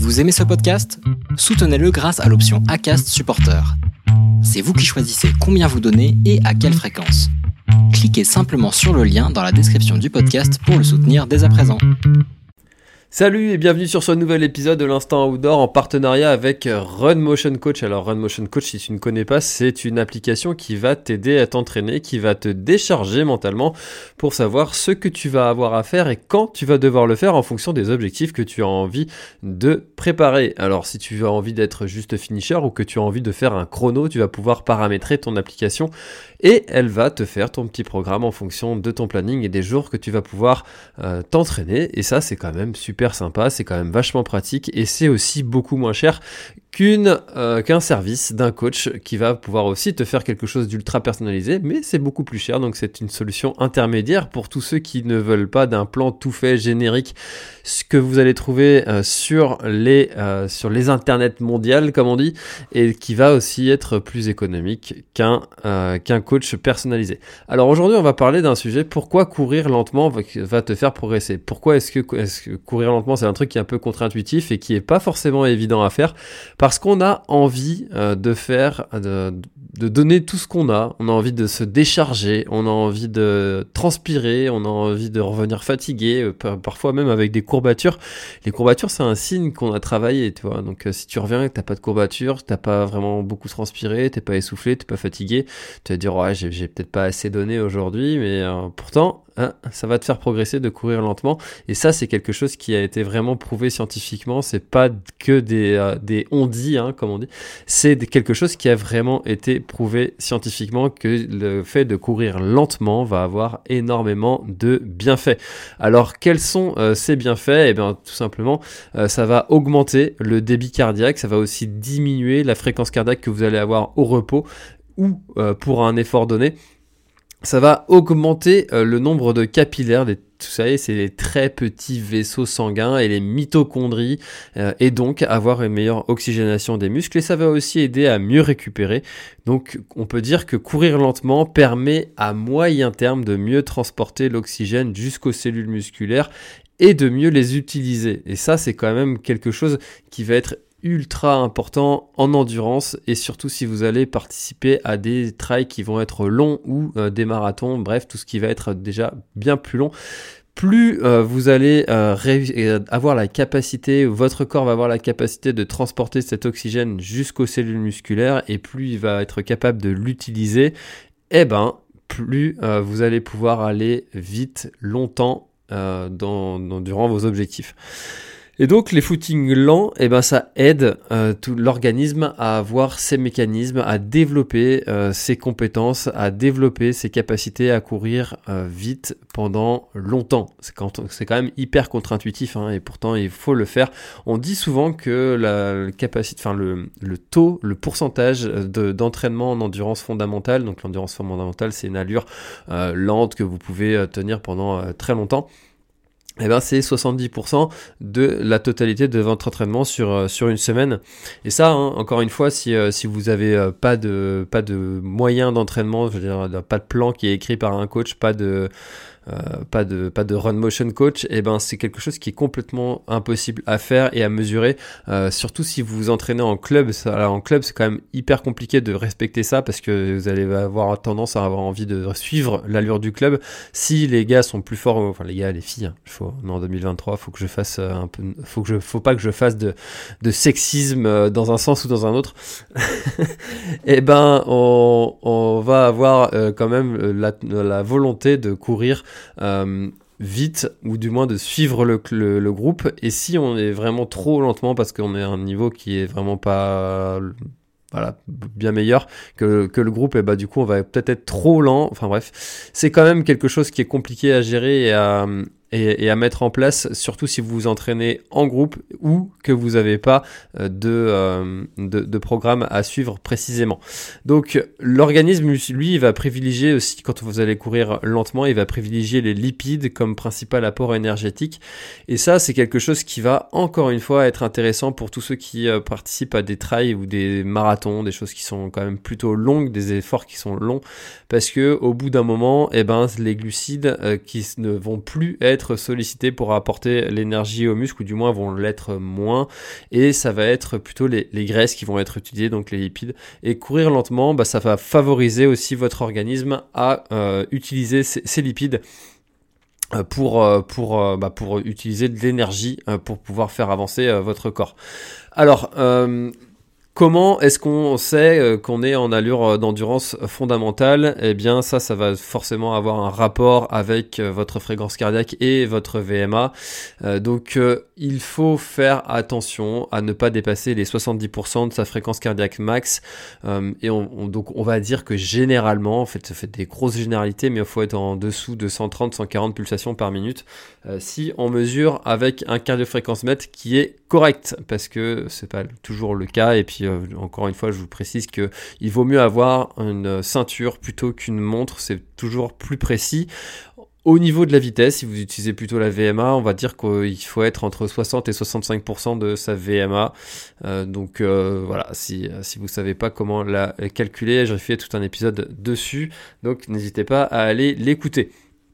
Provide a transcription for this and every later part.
Vous aimez ce podcast ? Soutenez-le grâce à l'option Acast Supporter. C'est vous qui choisissez combien vous donnez et à quelle fréquence. Cliquez simplement sur le lien dans la description du podcast pour le soutenir dès à présent. Salut et bienvenue sur ce nouvel épisode de l'Instant Outdoor en partenariat avec Run Motion Coach. Alors Run Motion Coach, si tu ne connais pas, c'est une application qui va t'aider à t'entraîner, qui va te décharger mentalement pour savoir ce que tu vas avoir à faire et quand tu vas devoir le faire en fonction des objectifs que tu as envie de préparer. Alors si tu as envie d'être juste finisher ou que tu as envie de faire un chrono, tu vas pouvoir paramétrer ton application et elle va te faire ton petit programme en fonction de ton planning et des jours que tu vas pouvoir t'entraîner. Et ça, c'est quand même super sympa, c'est quand même vachement pratique et c'est aussi beaucoup moins cher qu'un service d'un coach qui va pouvoir aussi te faire quelque chose d'ultra personnalisé, mais c'est beaucoup plus cher, donc c'est une solution intermédiaire pour tous ceux qui ne veulent pas d'un plan tout fait générique, ce que vous allez trouver sur les internets mondiales comme on dit, et qui va aussi être plus économique qu'un coach personnalisé. Alors aujourd'hui on va parler d'un sujet, pourquoi courir lentement va te faire progresser. Pourquoi est-ce que courir lentement c'est un truc qui est un peu contre-intuitif et qui est pas forcément évident à faire, parce qu'on a envie de donner tout ce qu'on a, on a envie de se décharger, on a envie de transpirer, on a envie de revenir fatigué, parfois même avec des courbatures. Les courbatures, c'est un signe qu'on a travaillé, tu vois. Donc si tu reviens et que t'as pas de courbatures, t'as pas vraiment beaucoup transpiré, t'es pas essoufflé, t'es pas fatigué, tu vas te dire ouais, j'ai peut-être pas assez donné aujourd'hui, mais pourtant ça va te faire progresser de courir lentement. Et ça, c'est quelque chose qui a été vraiment prouvé scientifiquement. C'est pas que des on-dit, comme on dit. C'est quelque chose qui a vraiment été prouvé scientifiquement, que le fait de courir lentement va avoir énormément de bienfaits. Alors, quels sont ces bienfaits ? Eh bien, tout simplement, ça va augmenter le débit cardiaque. Ça va aussi diminuer la fréquence cardiaque que vous allez avoir au repos ou pour un effort donné. Ça va augmenter le nombre de capillaires, vous savez, c'est les très petits vaisseaux sanguins et les mitochondries, et donc avoir une meilleure oxygénation des muscles, et ça va aussi aider à mieux récupérer. Donc on peut dire que courir lentement permet à moyen terme de mieux transporter l'oxygène jusqu'aux cellules musculaires et de mieux les utiliser. Et ça, c'est quand même quelque chose qui va être ultra important en endurance, et surtout si vous allez participer à des trails qui vont être longs ou des marathons, bref, tout ce qui va être déjà bien plus long. Plus vous allez avoir la capacité, votre corps va avoir la capacité de transporter cet oxygène jusqu'aux cellules musculaires, et plus il va être capable de l'utiliser, plus vous allez pouvoir aller vite, longtemps durant vos objectifs. Et donc les footings lents, ça aide tout l'organisme à avoir ses mécanismes, à développer ses compétences, à développer ses capacités à courir vite pendant longtemps. C'est quand même hyper contre-intuitif, et pourtant il faut le faire. On dit souvent que la capacité, le taux, le pourcentage d'entraînement en endurance fondamentale, donc l'endurance fondamentale c'est une allure lente que vous pouvez tenir pendant très longtemps. C'est 70% de la totalité de votre entraînement sur une semaine. Et ça, encore une fois, si vous avez pas de moyens d'entraînement, je veux dire, pas de plan qui est écrit par un coach, pas de Run Motion Coach, c'est quelque chose qui est complètement impossible à faire et à mesurer, surtout si vous vous entraînez en club. En club, c'est quand même hyper compliqué de respecter ça, parce que vous allez avoir tendance à avoir envie de suivre l'allure du club. Si les gars sont plus forts, enfin les gars, les filles, en 2023, faut que je fasse faut pas que je fasse de sexisme dans un sens ou dans un autre. On va avoir quand même la volonté de courir vite, ou du moins de suivre le groupe. Et si on est vraiment trop lentement parce qu'on est à un niveau qui est vraiment pas bien meilleur que le groupe, du coup on va peut-être être trop lent. Enfin bref, c'est quand même quelque chose qui est compliqué à gérer et à mettre en place, surtout si vous vous entraînez en groupe ou que vous n'avez pas de programme à suivre précisément. Donc l'organisme, lui, il va privilégier aussi, quand vous allez courir lentement, il va privilégier les lipides comme principal apport énergétique. Et ça, c'est quelque chose qui va encore une fois être intéressant pour tous ceux qui participent à des trails ou des marathons, des choses qui sont quand même plutôt longues, des efforts qui sont longs, parce que au bout d'un moment, les glucides qui ne vont plus être être sollicités pour apporter l'énergie aux muscles, ou du moins vont l'être moins, et ça va être plutôt les graisses qui vont être utilisées, donc les lipides. Et courir lentement, ça va favoriser aussi votre organisme à utiliser ces lipides pour utiliser de l'énergie pour pouvoir faire avancer votre corps. Alors, comment est-ce qu'on sait qu'on est en allure d'endurance fondamentale ? Eh bien, ça va forcément avoir un rapport avec votre fréquence cardiaque et votre VMA. Donc, il faut faire attention à ne pas dépasser les 70% de sa fréquence cardiaque max. Donc, on va dire que généralement, en fait, ça fait des grosses généralités, mais il faut être en dessous de 130-140 pulsations par minute si on mesure avec un cardiofréquence-mètre qui est correct, parce que c'est pas toujours le cas. Et puis encore une fois, je vous précise que il vaut mieux avoir une ceinture plutôt qu'une montre, c'est toujours plus précis. Au niveau de la vitesse, si vous utilisez plutôt la VMA, on va dire qu'il faut être entre 60 et 65% de sa VMA. Donc voilà, si vous savez pas comment la calculer, j'ai fait tout un épisode dessus, donc n'hésitez pas à aller l'écouter.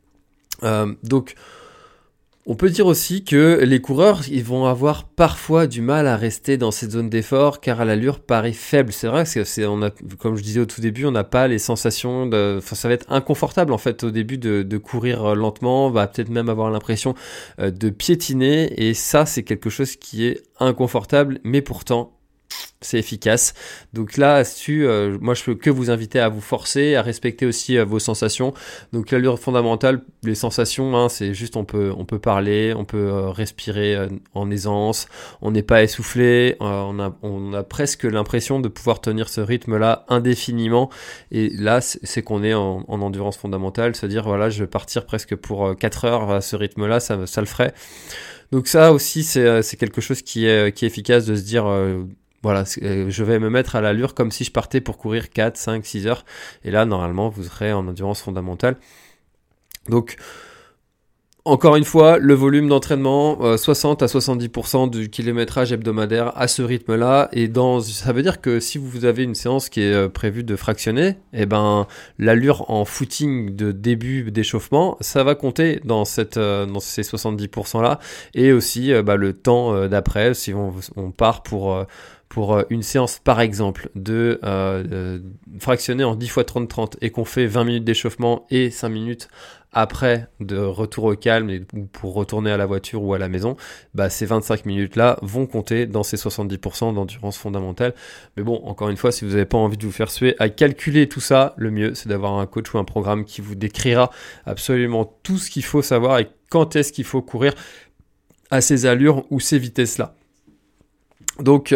Donc on peut dire aussi que les coureurs, ils vont avoir parfois du mal à rester dans cette zone d'effort car l'allure paraît faible. C'est vrai que comme je disais au tout début, on n'a pas les sensations ça va être inconfortable en fait au début de courir lentement. On va peut-être même avoir l'impression de piétiner, et ça, c'est quelque chose qui est inconfortable, mais pourtant c'est efficace. Donc là, moi je peux que vous inviter à vous forcer, à respecter aussi vos sensations. Donc l'allure fondamentale, les sensations, c'est juste on peut parler, on peut respirer en aisance, on n'est pas essoufflé, on a presque l'impression de pouvoir tenir ce rythme-là indéfiniment. Et là, c'est qu'on est en endurance fondamentale, c'est-à-dire voilà, je vais partir presque pour 4 heures à ce rythme-là, ça le ferait. Donc ça aussi, c'est quelque chose qui est efficace, de se dire voilà, je vais me mettre à l'allure comme si je partais pour courir 4, 5, 6 heures. Et là, normalement, vous serez en endurance fondamentale. Donc, encore une fois, le volume d'entraînement, 60 à 70% du kilométrage hebdomadaire à ce rythme-là. Et ça veut dire que si vous avez une séance qui est prévue de fractionner, l'allure en footing de début d'échauffement, ça va compter dans ces 70%-là. Et aussi le temps d'après, si on part pour une séance par exemple de fractionner en 10 x 30-30 et qu'on fait 20 minutes d'échauffement et 5 minutes après de retour au calme ou pour retourner à la voiture ou à la maison, ces 25 minutes là vont compter dans ces 70% d'endurance fondamentale. Mais bon, encore une fois, si vous n'avez pas envie de vous faire suer à calculer tout ça, le mieux c'est d'avoir un coach ou un programme qui vous décrira absolument tout ce qu'il faut savoir et quand est-ce qu'il faut courir à ces allures ou ces vitesses là. Donc,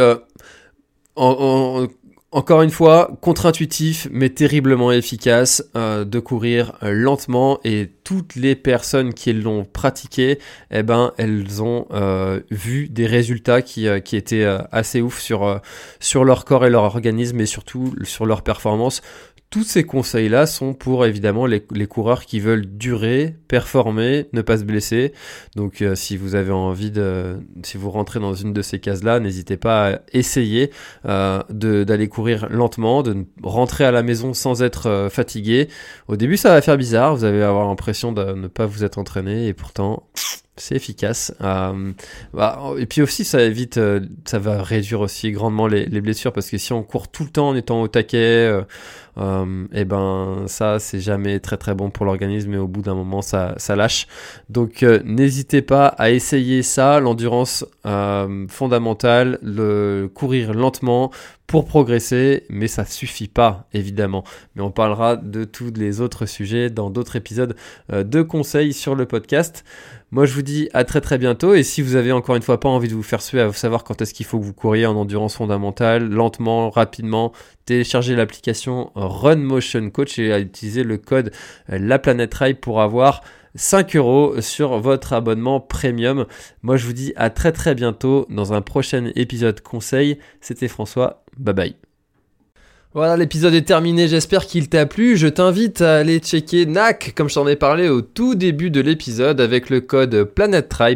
encore une fois, contre-intuitif, mais terriblement efficace de courir lentement, et toutes les personnes qui l'ont pratiqué, elles ont vu des résultats qui étaient assez ouf sur leur corps et leur organisme, et surtout sur leur performance. Tous ces conseils-là sont pour évidemment les coureurs qui veulent durer, performer, ne pas se blesser. Donc si vous avez envie si vous rentrez dans une de ces cases-là, n'hésitez pas à essayer d'aller courir lentement, de rentrer à la maison sans être fatigué. Au début, ça va faire bizarre, vous allez avoir l'impression de ne pas vous être entraîné, et pourtant c'est efficace. Et puis aussi, ça va réduire aussi grandement les blessures, parce que si on court tout le temps en étant au taquet, ça c'est jamais très très bon pour l'organisme, et au bout d'un moment ça lâche. Donc n'hésitez pas à essayer ça, l'endurance fondamentale, le courir lentement pour progresser, mais ça suffit pas évidemment. Mais on parlera de tous les autres sujets dans d'autres épisodes de conseils sur le podcast. Moi je vous dis à très très bientôt, et si vous avez encore une fois pas envie de vous faire suer à savoir quand est-ce qu'il faut que vous couriez en endurance fondamentale, lentement, rapidement, téléchargez l'application Run Motion Coach et utilisez le code LaPlanèteRail pour avoir 5 € sur votre abonnement premium. Moi je vous dis à très très bientôt dans un prochain épisode conseil. C'était François, bye bye. Voilà, l'épisode est terminé, j'espère qu'il t'a plu. Je t'invite à aller checker NAC, comme je t'en ai parlé au tout début de l'épisode, avec le code PlanèteRail,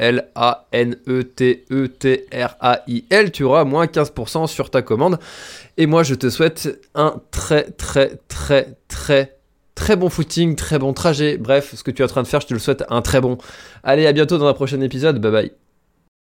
PLANETETRAIL. Tu auras moins 15% sur ta commande. Et moi, je te souhaite un très très bon footing, très bon trajet. Bref, ce que tu es en train de faire, je te le souhaite un très bon. Allez, à bientôt dans un prochain épisode. Bye bye.